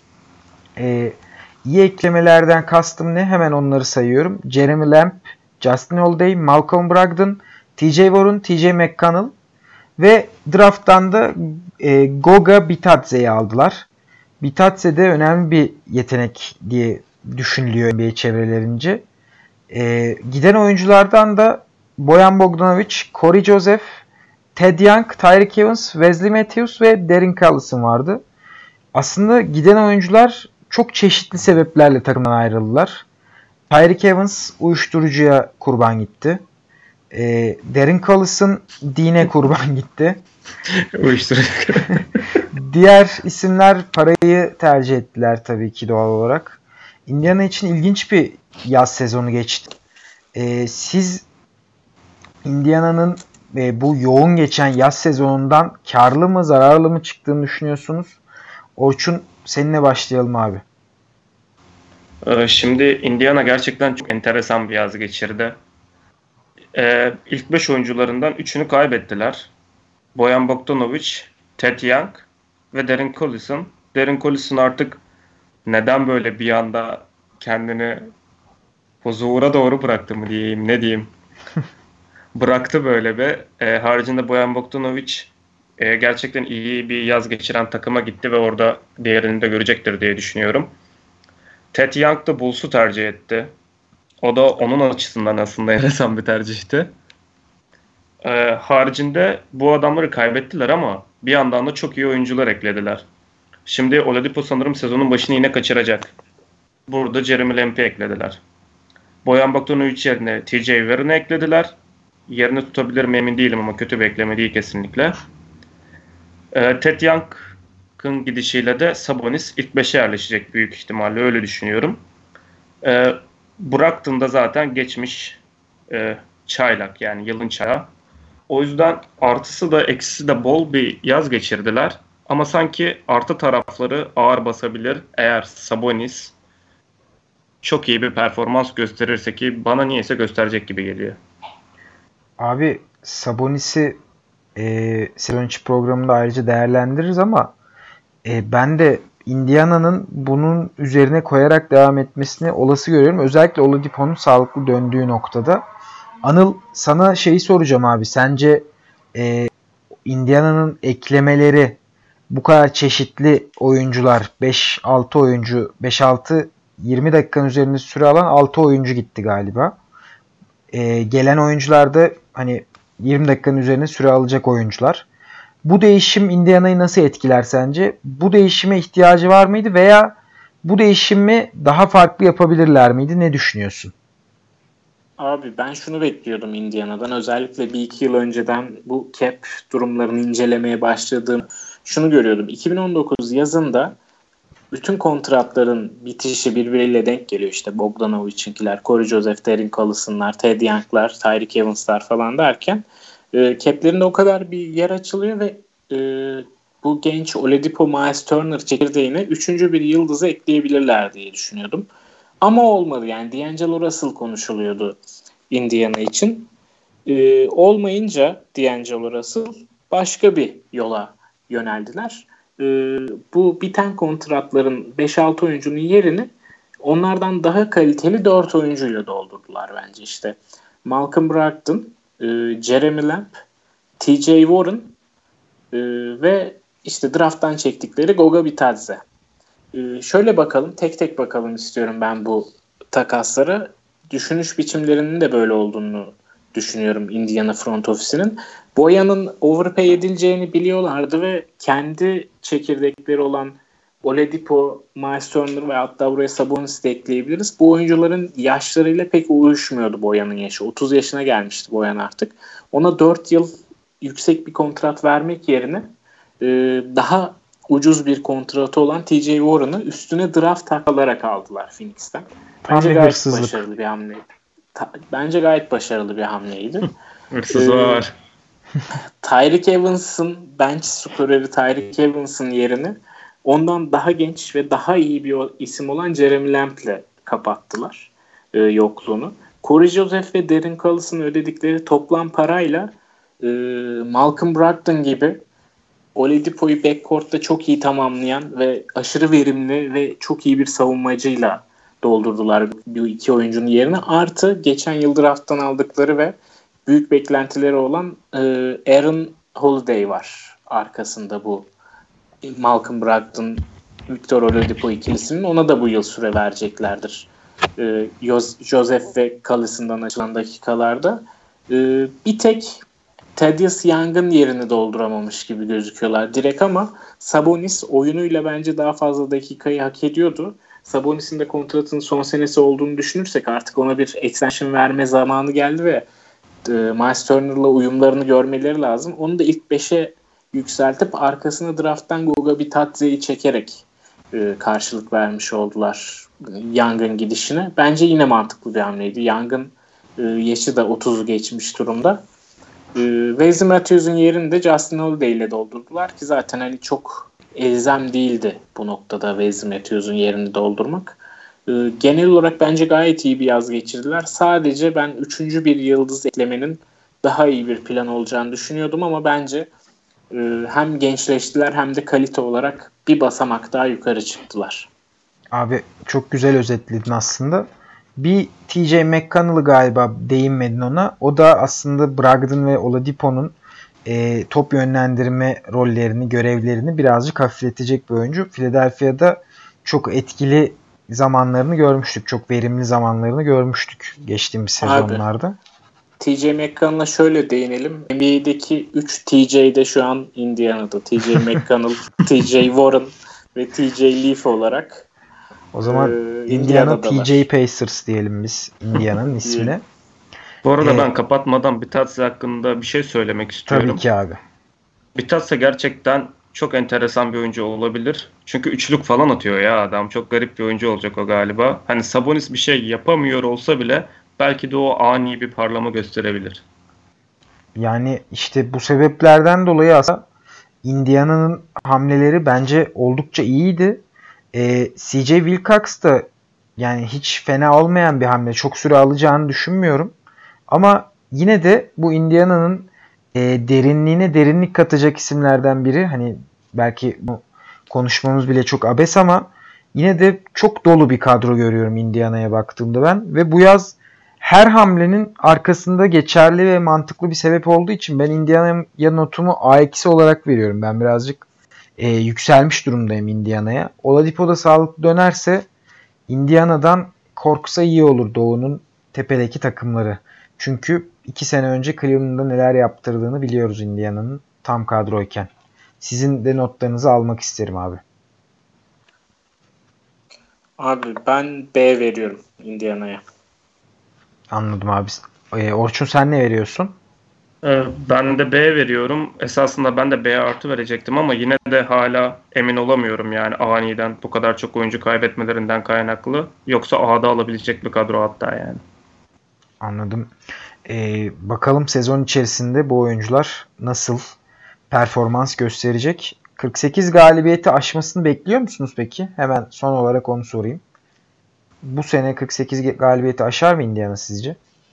İyi eklemelerden kastım ne? Hemen onları sayıyorum. Jeremy Lamb, Justin Holiday, Malcolm Brogdon, TJ Warren, TJ McConnell ve draft'tan da Goga Bitadze'yi aldılar. Bitadze de önemli bir yetenek diye düşünülüyor NBA çevrelerince. Giden oyunculardan da Bojan Bogdanovic, Corey Joseph, Ted Young, Tyreek Evans, Wesley Matthews ve Darren Collison vardı. Aslında giden oyuncular çok çeşitli sebeplerle takımdan ayrıldılar. Tyreek Evans uyuşturucuya kurban gitti. Darren Collison dine kurban gitti. Uyuşturucu. Diğer isimler parayı tercih ettiler tabii ki doğal olarak. Indiana için ilginç bir yaz sezonu geçti. Siz Indiana'nın bu yoğun geçen yaz sezonundan karlı mı zararlı mı çıktığını düşünüyorsunuz? Orçun, seninle başlayalım abi. Şimdi Indiana gerçekten çok enteresan bir yaz geçirdi. İlk 5 oyuncularından 3'ünü kaybettiler. Bojan Bogdanovic, Ted Young ve Darren Collison. Darren Collison artık neden böyle bir anda kendini huzura doğru bıraktı mı diyeyim, ne diyeyim. Bıraktı böyle ve haricinde Bojan Bogdanovic gerçekten iyi bir yaz geçiren takıma gitti ve orada değerini de görecektir diye düşünüyorum. Ted Young da Bulls'u tercih etti. O da onun açısından aslında enteresan bir tercihti. Haricinde bu adamları kaybettiler ama bir yandan da çok iyi oyuncular eklediler. Şimdi Oladipo sanırım sezonun başını yine kaçıracak. Burada Jeremy Lamp'i eklediler. Bojan Bogdanovic yerine TJ Warren'ı eklediler. Yerini tutabilir mi emin değilim ama kötü bir ekleme değil kesinlikle. Ted Young'ın gidişiyle de Sabonis ilk 5'e yerleşecek büyük ihtimalle, öyle düşünüyorum. Brockton da zaten geçmiş çaylak, yani yılın çaylağı. O yüzden artısı da eksisi de bol bir yaz geçirdiler. Ama sanki artı tarafları ağır basabilir eğer Sabonis çok iyi bir performans gösterirse, ki bana niyeyse gösterecek gibi geliyor. Abi Sabonis'i sezon içi programında ayrıca değerlendiririz ama ben de Indiana'nın bunun üzerine koyarak devam etmesini olası görüyorum. Özellikle Oladipo'nun sağlıklı döndüğü noktada. Anıl, sana şeyi soracağım abi. Sence Indiana'nın eklemeleri, bu kadar çeşitli oyuncular, 5-6 oyuncu, 5-6 20 dakikanın üzerinde süre alan 6 oyuncu gitti galiba. Gelen oyuncular da hani 20 dakikanın üzerine süre alacak oyuncular. Bu değişim Indiana'yı nasıl etkiler sence? Bu değişime ihtiyacı var mıydı veya bu değişimi daha farklı yapabilirler miydi? Ne düşünüyorsun? Abi ben şunu bekliyordum Indiana'dan. Özellikle bir iki yıl önceden bu cap durumlarını incelemeye başladığım şunu görüyordum. 2019 yazında bütün kontratların bitişi birbiriyle denk geliyor. İşte Bogdanovic'inkiler, Corey Joseph, Darren Collison'lar, Ted Young'lar, Tyreek Evans'lar falan derken cap'lerinde o kadar bir yer açılıyor ve bu genç Oladipo, Miles Turner çekirdeğine 3. bir yıldızı ekleyebilirler diye düşünüyordum. Ama olmadı, yani D'Angelo Russell konuşuluyordu Indiana için. Olmayınca D'Angelo Russell başka bir yola yöneldiler. Bu biten kontratların 5-6 oyuncunun yerini onlardan daha kaliteli 4 oyuncuyla doldurdular bence. İşte Malcolm Brogdon, Jeremy Lamb, TJ Warren ve işte drafttan çektikleri Goga Bitadze. Şöyle bakalım, tek tek bakalım istiyorum ben bu takaslara. Düşünüş biçimlerinin de böyle olduğunu düşünüyorum Indiana front office'inin. Bojan'ın overpay edileceğini biliyorlardı ve kendi çekirdekleri olan Oladipo, Miles Turner ve hatta buraya Sabonis'i de ekleyebiliriz. Bu oyuncuların yaşlarıyla pek uyuşmuyordu Bojan'ın yaşı. 30 yaşına gelmişti Bojan artık. Ona 4 yıl yüksek bir kontrat vermek yerine daha ucuz bir kontratı olan TJ Warren'ı üstüne draft alarak aldılar Phoenix'ten. Bence gayet başarılı bir hamleydi. Bence gayet başarılı bir hamleydi. Hırsız var. Tyreek Evans'ın, bench skoreri Tyreek Evans'ın yerini ondan daha genç ve daha iyi bir isim olan Jeremy Lamp'le kapattılar yokluğunu. Corey Joseph ve Darren Collison'ın ödedikleri toplam parayla Malcolm Brogdon gibi Oladipo'yu backcourt'ta çok iyi tamamlayan ve aşırı verimli ve çok iyi bir savunmacıyla doldurdular bu iki oyuncunun yerine. Artı geçen yıl draft'tan aldıkları ve büyük beklentileri olan Aaron Holiday var arkasında bu Malcolm Brogdon, Victor Oladipo ikilisinin. Ona da bu yıl süre vereceklerdir. Joseph ve Collison'dan açılan dakikalarda. Bir tek Thaddeus Young'ın yerini dolduramamış gibi gözüküyorlar direkt ama Sabonis oyunuyla bence daha fazla dakikayı hak ediyordu. Sabonis'in de kontratının son senesi olduğunu düşünürsek artık ona bir extension verme zamanı geldi ve Miles Turner'la uyumlarını görmeleri lazım. Onu da ilk 5'e yükseltip arkasına draft'tan Goga Bitadze'yi çekerek karşılık vermiş oldular Young'ın gidişine. Bence yine mantıklı bir hamleydi. Young'ın yaşı da 30'u geçmiş durumda. Wesley Matthews'un yerini de Justin Holiday ile doldurdular ki zaten hani çok elzem değildi bu noktada Wesley Matthews'un yerini doldurmak. Genel olarak bence gayet iyi bir yaz geçirdiler. Sadece ben 3. bir yıldız eklemenin daha iyi bir plan olacağını düşünüyordum ama bence hem gençleştiler hem de kalite olarak bir basamak daha yukarı çıktılar. Abi çok güzel özetledin aslında. Bir TJ McConnell'ı galiba değinmedin ona. O da aslında Brogdon ve Oladipo'nun top yönlendirme rollerini, görevlerini birazcık hafifletecek bir oyuncu. Philadelphia'da çok etkili zamanlarını görmüştük. Çok verimli zamanlarını görmüştük geçtiğimiz sezonlarda. Abi, TJ McConnell'a şöyle değinelim. NBA'deki 3 TJ'de şu an Indiana'da. TJ McConnell, TJ Warren ve TJ Leaf olarak. O zaman Indiana TJ Pacers diyelim biz Indiana'nın ismine. Bu arada ben kapatmadan Bitadze hakkında bir şey söylemek istiyorum. Tabii ki abi. Bitadze gerçekten çok enteresan bir oyuncu olabilir. Çünkü üçlük falan atıyor ya adam. Çok garip bir oyuncu olacak o galiba. Hani Sabonis bir şey yapamıyor olsa bile belki de o ani bir parlama gösterebilir. Yani işte bu sebeplerden dolayı aslında Indiana'nın hamleleri bence oldukça iyiydi. CJ Wilcox da yani hiç fena olmayan bir hamle. Çok süre alacağını düşünmüyorum. Ama yine de bu Indiana'nın derinliğine derinlik katacak isimlerden biri. Hani belki bu konuşmamız bile çok abes ama yine de çok dolu bir kadro görüyorum Indiana'ya baktığımda ben. Ve bu yaz her hamlenin arkasında geçerli ve mantıklı bir sebep olduğu için ben Indiana'ya notumu A2 olarak veriyorum. Ben birazcık yükselmiş durumdayım Indiana'ya. Oladipo da sağlıklı dönerse Indiana'dan korksa iyi olur Doğu'nun tepedeki takımları. Çünkü 2 sene önce Cleveland'da neler yaptırdığını biliyoruz Indiana'nın tam kadroyken. Sizin de notlarınızı almak isterim abi. Abi ben B veriyorum Indiana'ya. Anladım abi. Orçun sen ne veriyorsun? Ben de B veriyorum. Esasında ben de B artı verecektim ama yine de hala emin olamıyorum yani aniden bu kadar çok oyuncu kaybetmelerinden kaynaklı. Yoksa A'da alabilecek bir kadro hatta yani. Anladım. Bakalım sezon içerisinde bu oyuncular nasıl performans gösterecek? 48 galibiyeti aşmasını bekliyor musunuz peki? Hemen son olarak onu sorayım. Bu sene 48 galibiyeti aşar mı Indiana sizce?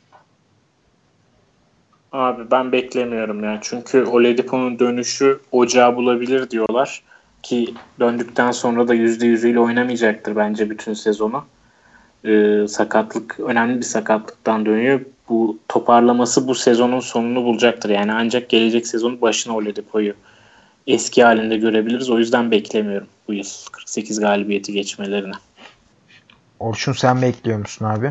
Abi ben beklemiyorum yani. Çünkü Oladipo'nun dönüşü ocağı bulabilir diyorlar. Ki döndükten sonra da %100'üyle oynamayacaktır bence bütün sezonu. Sakatlık, önemli bir sakatlıktan dönüyor. Bu toparlaması bu sezonun sonunu bulacaktır. Yani ancak gelecek sezonun başına Oladipo'yu eski halinde görebiliriz. O yüzden beklemiyorum bu yıl 48 galibiyeti geçmelerini. Orçun sen bekliyor musun abi?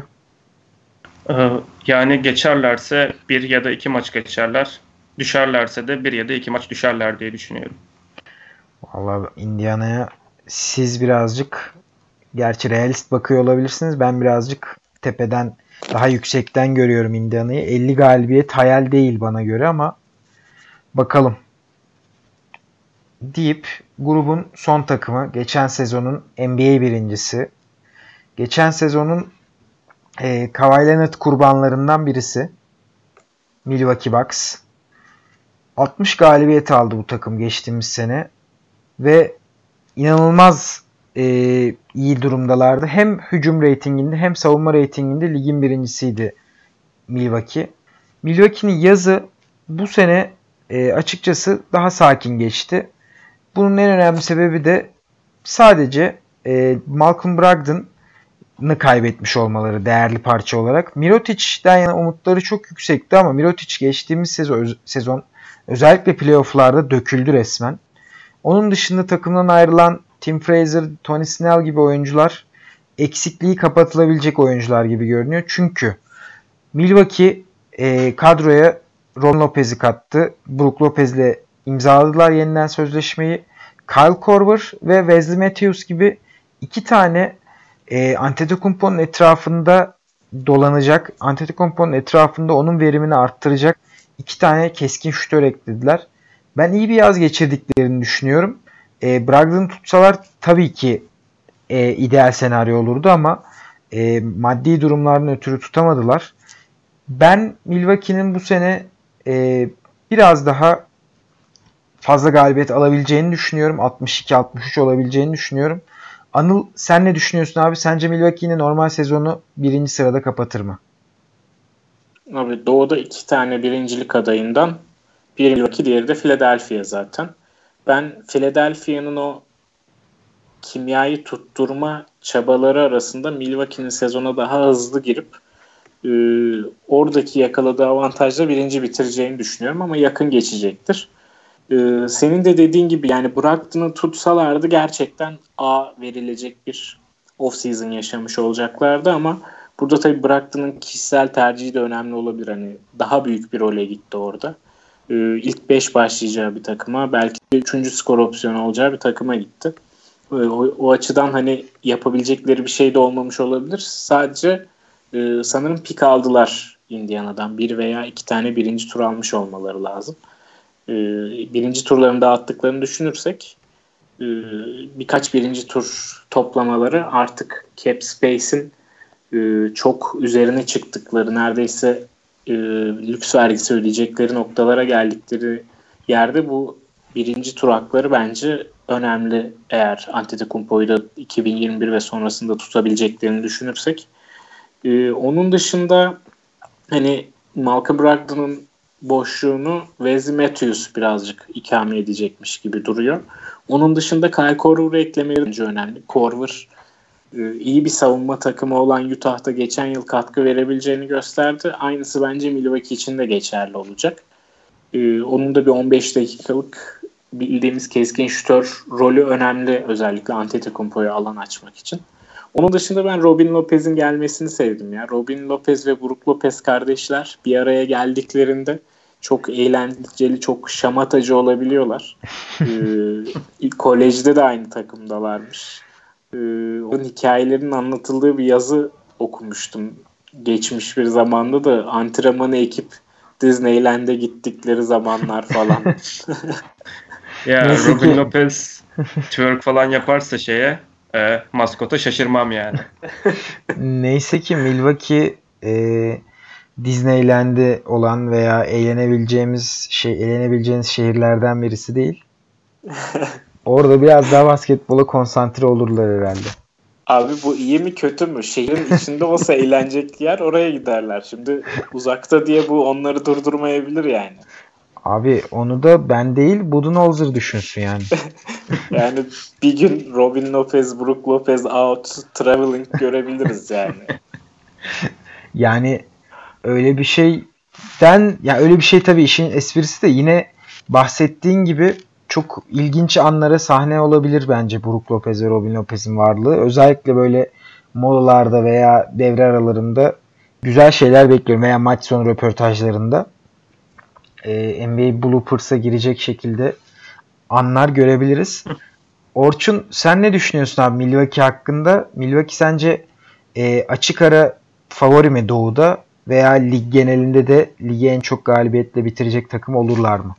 Yani geçerlerse 1 ya da 2 maç geçerler. Düşerlerse de 1 ya da 2 maç düşerler diye düşünüyorum. Vallahi Indiana'ya siz birazcık gerçi realist bakıyor olabilirsiniz. Ben birazcık tepeden daha yüksekten görüyorum Indiana'yı. 50 galibiyet hayal değil bana göre ama bakalım. Deyip grubun son takımı geçen sezonun NBA birincisi. Geçen sezonun Kawhi Leonard kurbanlarından birisi. Milwaukee Bucks. 60 galibiyet aldı bu takım geçtiğimiz sene. Ve inanılmaz iyi durumdalardı. Hem hücum reytinginde hem savunma reytinginde ligin birincisiydi Milwaukee. Milwaukee'nin yazı bu sene açıkçası daha sakin geçti. Bunun en önemli sebebi de sadece Malcolm Brogdon'ı kaybetmiş olmaları değerli parça olarak. Mirotic'den yana umutları çok yüksekti ama Mirotic geçtiğimiz sezon özellikle playoff'larda döküldü resmen. Onun dışında takımdan ayrılan Tim Frazier, Tony Snell gibi oyuncular eksikliği kapatılabilecek oyuncular gibi görünüyor. Çünkü Milwaukee kadroya Ron Lopez'i kattı. Brook Lopez'le imzaladılar yeniden sözleşmeyi. Kyle Korver ve Wesley Matthews gibi iki tane Antetokounmpo'nun etrafında dolanacak, Antetokounmpo'nun etrafında onun verimini arttıracak iki tane keskin şütör eklediler. Ben iyi bir yaz geçirdiklerini düşünüyorum. Brogdon'u tutsalar tabii ki ideal senaryo olurdu ama maddi durumlardan ötürü tutamadılar. Ben Milwaukee'nin bu sene biraz daha fazla galibiyet alabileceğini düşünüyorum. 62-63 olabileceğini düşünüyorum. Anıl, sen ne düşünüyorsun abi? Sence Milwaukee yine normal sezonu 1. sırada kapatır mı? Abi Doğu'da 2 tane birincilik adayından biri Milwaukee, diğeri de Philadelphia zaten. Ben Philadelphia'nın o kimyayı tutturma çabaları arasında Milwaukee'nin sezona daha hızlı girip oradaki yakaladığı avantajla birinci bitireceğini düşünüyorum ama yakın geçecektir. Senin de dediğin gibi yani Brogdon'u tutsalardı gerçekten A verilecek bir off-season yaşamış olacaklardı ama burada tabii Brogdon'un kişisel tercihi de önemli olabilir. Hani daha büyük bir role gitti orada. İlk 5 başlayacağı bir takıma, belki de 3. skor opsiyonu olacağı bir takıma gitti. O açıdan hani yapabilecekleri bir şey de olmamış olabilir. Sadece sanırım pik aldılar Indiana'dan. 1 veya 2 tane birinci tur almış olmaları lazım. Birinci turlarını dağıttıklarını düşünürsek birkaç birinci tur toplamaları artık cap space'in çok üzerine çıktıkları, neredeyse lüks vergisi ödeyecekleri noktalara geldikleri yerde bu birinci tur hakları bence önemli, eğer Antetokounmpo'yu da 2021 ve sonrasında tutabileceklerini düşünürsek. Onun dışında hani Malcolm Brogdon'un boşluğunu Wesley Matthews birazcık ikame edecekmiş gibi duruyor. Onun dışında Kyle Korver'ı eklemeleri bence önemli. Korver iyi bir savunma takımı olan Utah'ta geçen yıl katkı verebileceğini gösterdi. Aynısı bence Milwaukee için de geçerli olacak. Onun da bir 15 dakikalık bildiğimiz keskin şütör rolü önemli, özellikle Antetokounmpo'ya alan açmak için. Onun dışında ben Robin Lopez'in gelmesini sevdim ya. Robin Lopez ve Brook Lopez kardeşler bir araya geldiklerinde çok eğlenceli, çok şamatacı olabiliyorlar. Kolejde de aynı takımdalarmış. Onun hikayelerinin anlatıldığı bir yazı okumuştum. Geçmiş bir zamanda da antrenmanı ekip Disneyland'e gittikleri zamanlar falan. Ya Robin Lopez twerk falan yaparsa maskota şaşırmam yani. Neyse ki Milwaukee Disneyland'e olan veya eğlenebileceğiniz şehirlerden birisi değil. Orada biraz daha basketbola konsantre olurlar herhalde. Abi bu iyi mi kötü mü? Şehrin içinde olsa eğlenecek yer, oraya giderler. Şimdi uzakta diye bu onları durdurmayabilir yani. Abi onu da ben değil, Budenholzer düşünsün yani. Yani bir gün Robin Lopez, Brook Lopez out traveling görebiliriz yani. Yani öyle bir şeyden, ya öyle bir şey, tabii işin esprisi de yine bahsettiğin gibi çok ilginç anlara sahne olabilir bence Brook Lopez ve Robin Lopez'in varlığı. Özellikle böyle molalarda veya devre aralarında güzel şeyler bekliyorum veya maç sonu röportajlarında NBA bloopers'a girecek şekilde anlar görebiliriz. Orçun, sen ne düşünüyorsun abi Milwaukee hakkında? Milwaukee sence açık ara favori mi Doğu'da veya lig genelinde de ligi en çok galibiyetle bitirecek takım olurlar mı?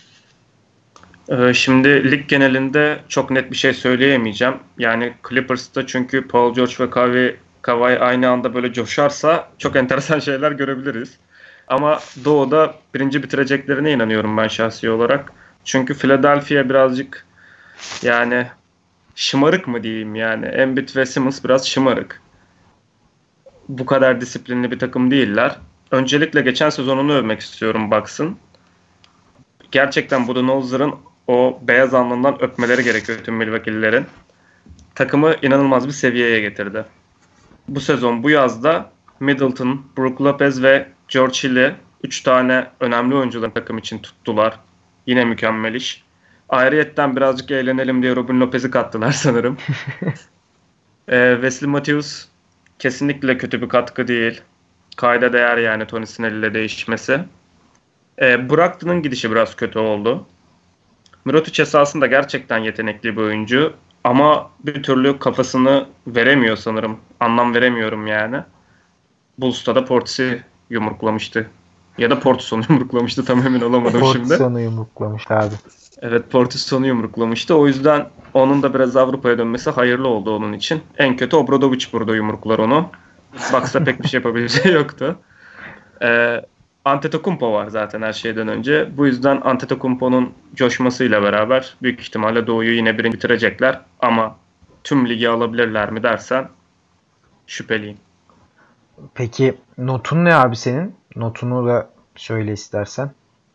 Şimdi lig genelinde çok net bir şey söyleyemeyeceğim. Yani Clippers'ta çünkü Paul George ve Kawhi aynı anda böyle coşarsa çok enteresan şeyler görebiliriz. Ama Doğu'da birinci bitireceklerine inanıyorum ben şahsi olarak. Çünkü Philadelphia birazcık yani şımarık mı diyeyim yani. Embiid ve Simmons biraz şımarık. Bu kadar disiplinli bir takım değiller. Öncelikle geçen sezonunu övmek istiyorum Bucks'ın. Gerçekten Budenholzer'ın o beyaz alnından öpmeleri gerekiyor tüm Milwaukee'lilerin. Takımı inanılmaz bir seviyeye getirdi. Bu sezon, bu yazda Middleton, Brook Lopez ve George Hill'i 3 tane önemli oyuncuların takım için tuttular. Yine mükemmel iş. Ayrıyetten birazcık eğlenelim diye Robin Lopez'i kattılar sanırım. Wesley Matthews kesinlikle kötü bir katkı değil. Kayda değer yani Tony Snell ile değişmesi. Brogdon'un gidişi biraz kötü oldu. Mirotic esasında gerçekten yetenekli bir oyuncu. Ama bir türlü kafasını veremiyor sanırım. Anlam veremiyorum yani. Bulls'ta da Portis'i yumruklamıştı. Ya da Portis'onu yumruklamıştı, tam emin olamadım şimdi. Portis'onu yumruklamış abi. Evet, Portis'onu yumruklamıştı. O yüzden onun da biraz Avrupa'ya dönmesi hayırlı oldu onun için. En kötü Obradovic burada yumruklar onu. Bucks'a pek bir şey yapabileceği yoktu. Antetokounmpo var zaten her şeyden önce. Bu yüzden Antetokounmpo'nun coşmasıyla beraber büyük ihtimalle Doğu'yu yine birinci bitirecekler. Ama tüm ligi alabilirler mi dersen şüpheliyim. Peki notun ne abi senin? Notunu da söyle istersen.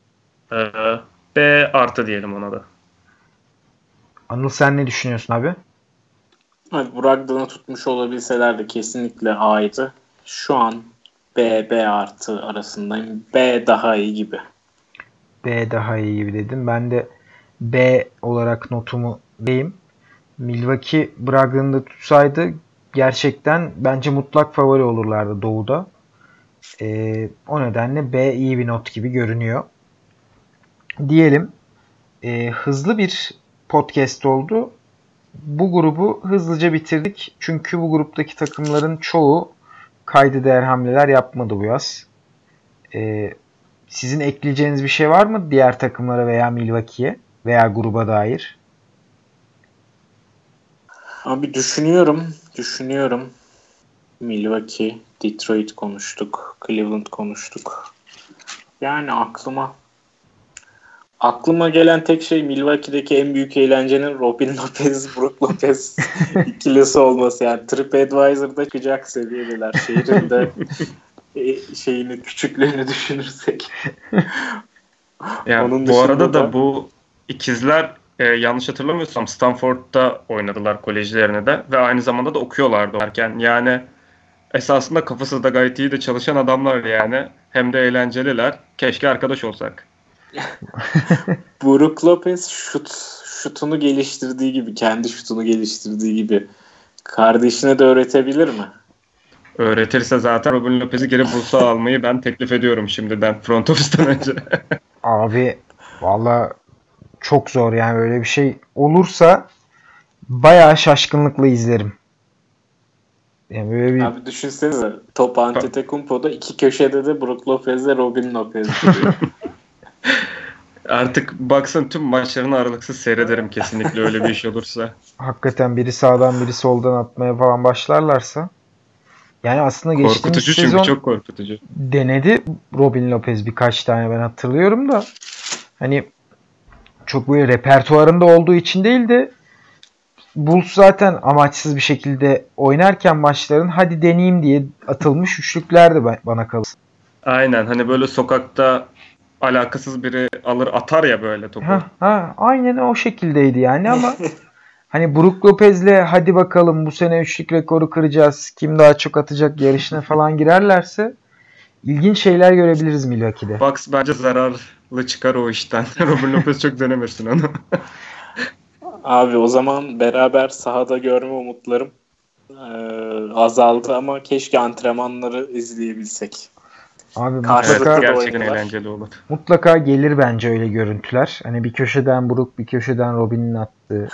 B artı diyelim ona da. Anıl sen ne düşünüyorsun abi? Evet, Brogdon'u tutmuş olabilseler de kesinlikle A'ydı. Şu an B artı arasındayım. B daha iyi gibi. B daha iyi gibi dedim. Ben de B olarak notumu vereyim. Milwaukee Brogdon'u da tutsaydı gerçekten bence mutlak favori olurlardı Doğu'da. O nedenle B iyi bir not gibi görünüyor. Diyelim hızlı bir podcast oldu. Bu grubu hızlıca bitirdik. Çünkü bu gruptaki takımların çoğu kayda değer hamleler yapmadı bu yaz. Sizin ekleyeceğiniz bir şey var mı diğer takımlara veya Milwaukee'ye veya gruba dair? Abi düşünüyorum. Milwaukee, Detroit konuştuk, Cleveland konuştuk. Yani aklıma gelen tek şey Milwaukee'deki en büyük eğlencenin Robin Lopez, Brook Lopez ikilisi olması. Yani TripAdvisor'da çıkacak seviyedeler. Şehrin küçüklüğünü düşünürsek. Yani Onun bu arada da da bu ikizler yanlış hatırlamıyorsam Stanford'da oynadılar kolejlerini de ve aynı zamanda da okuyorlardı oynarken. Yani esasında kafası da gayet iyi de çalışan adamlar yani. Hem de eğlenceliler. Keşke arkadaş olsak. Brook Lopez şutunu geliştirdiği gibi, kendi şutunu geliştirdiği gibi kardeşine de öğretebilir mi? Öğretirse zaten Robin Lopez'i geri bulsa almayı ben teklif ediyorum şimdiden front office'ten önce. Abi valla çok zor yani böyle bir şey olursa bayağı şaşkınlıkla izlerim. Yani böyle bir... Abi düşünsenize top Antetokounmpo'da iki köşede de Brook Lopez'le Robin Lopez duruyor. Artık baksın tüm maçlarını aralıksız seyrederim kesinlikle öyle bir iş olursa. Hakikaten biri sağdan biri soldan atmaya falan başlarlarsa. Yani aslında geçtiğimiz Korkutucu sezon çünkü çok korkutucu. denedi Robin Lopez birkaç tane ben hatırlıyorum da. Hani çok böyle repertuarında olduğu için değil de Bulls zaten amaçsız bir şekilde oynarken maçların hadi deneyeyim diye atılmış üçlüklerdi bana kalırsa. Aynen hani böyle sokakta alakasız biri alır atar ya böyle topu. Aynen o şekildeydi yani ama hani Brook Lopez'le hadi bakalım bu sene üçlük rekoru kıracağız. Kim daha çok atacak yarışına falan girerlerse ilginç şeyler görebiliriz Milwaukee'de. Bucks bence zararlı çıkar o işten. Robin Lopez çok denemesin onu. Abi o zaman beraber sahada görme umutlarım azaldı ama keşke antrenmanları izleyebilsek. Abi mutlaka, evet, gerçekten eğlenceli olur. Mutlaka gelir bence öyle görüntüler. Hani bir köşeden Brook, bir köşeden Robin'in attığı.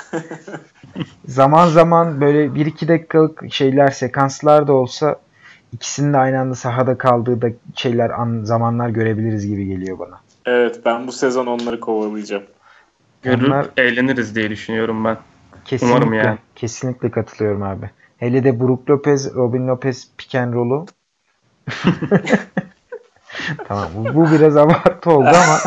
Zaman zaman böyle 1-2 dakikalık şeyler, sekanslar da olsa ikisinin de aynı anda sahada kaldığı da zamanlar görebiliriz gibi geliyor bana. Evet, ben bu sezon onları kovalayacağım. Görüp eğleniriz diye düşünüyorum ben. Kesinlikle, umarım yani. Kesinlikle katılıyorum abi. Hele de Brook Lopez, Robin Lopez pick and roll'u. Tamam, bu biraz abartı oldu ama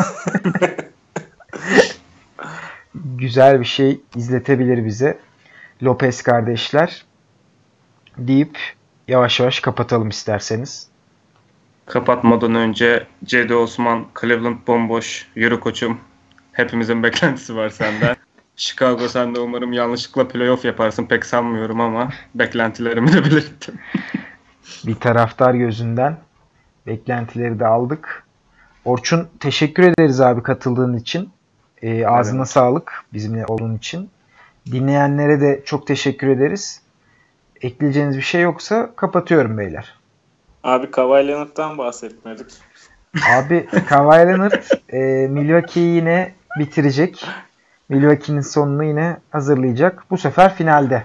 güzel bir şey izletebilir bize Lopez kardeşler deyip yavaş yavaş kapatalım isterseniz. Kapatmadan önce Cedi Osman, Cleveland bomboş, yürü koçum. Hepimizin beklentisi var senden. Chicago sen de umarım yanlışlıkla playoff yaparsın. Pek sanmıyorum ama beklentilerimi de belirttim. Bir taraftar gözünden beklentileri de aldık. Orçun teşekkür ederiz abi katıldığın için. Ağzına sağlık bizimle olduğun için. Dinleyenlere de çok teşekkür ederiz. Ekleyeceğiniz bir şey yoksa kapatıyorum beyler. Abi Kawhi Leonard'dan bahsetmedik. Abi Kawhi Leonard Milwaukee'yi yine bitirecek. Milwaukee'nin sonunu yine hazırlayacak. Bu sefer finalde.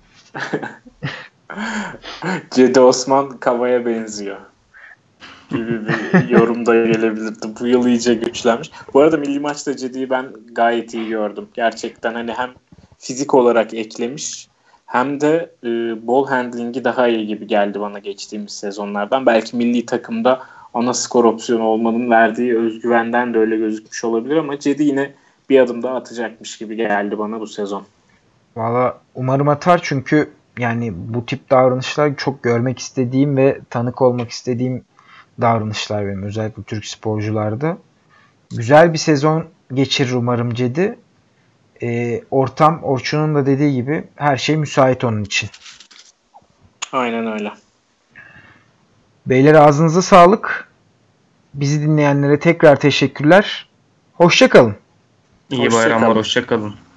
Cedi Osman Kawhi'ye benziyor gibi bir yorum da gelebilirdi. Bu yıl iyice güçlenmiş. Bu arada milli maçta Cedi'yi ben gayet iyi gördüm. Gerçekten hani hem fizik olarak eklemiş hem de ball handling'i daha iyi gibi geldi bana geçtiğimiz sezonlardan. Belki milli takımda ana skor opsiyonu olmanın verdiği özgüvenden de öyle gözükmüş olabilir ama Cedi yine bir adım daha atacakmış gibi geldi bana bu sezon. Valla umarım atar çünkü yani bu tip davranışlar çok görmek istediğim ve tanık olmak istediğim davranışlar benim. Özellikle Türk sporcularda. Güzel bir sezon geçirir umarım Cedi. Ortam, Orçun'un da dediği gibi her şey müsait onun için. Aynen öyle. Beyler ağzınıza sağlık. Bizi dinleyenlere tekrar teşekkürler. Hoşça kalın. İyi bayramlar, hoşça kalın.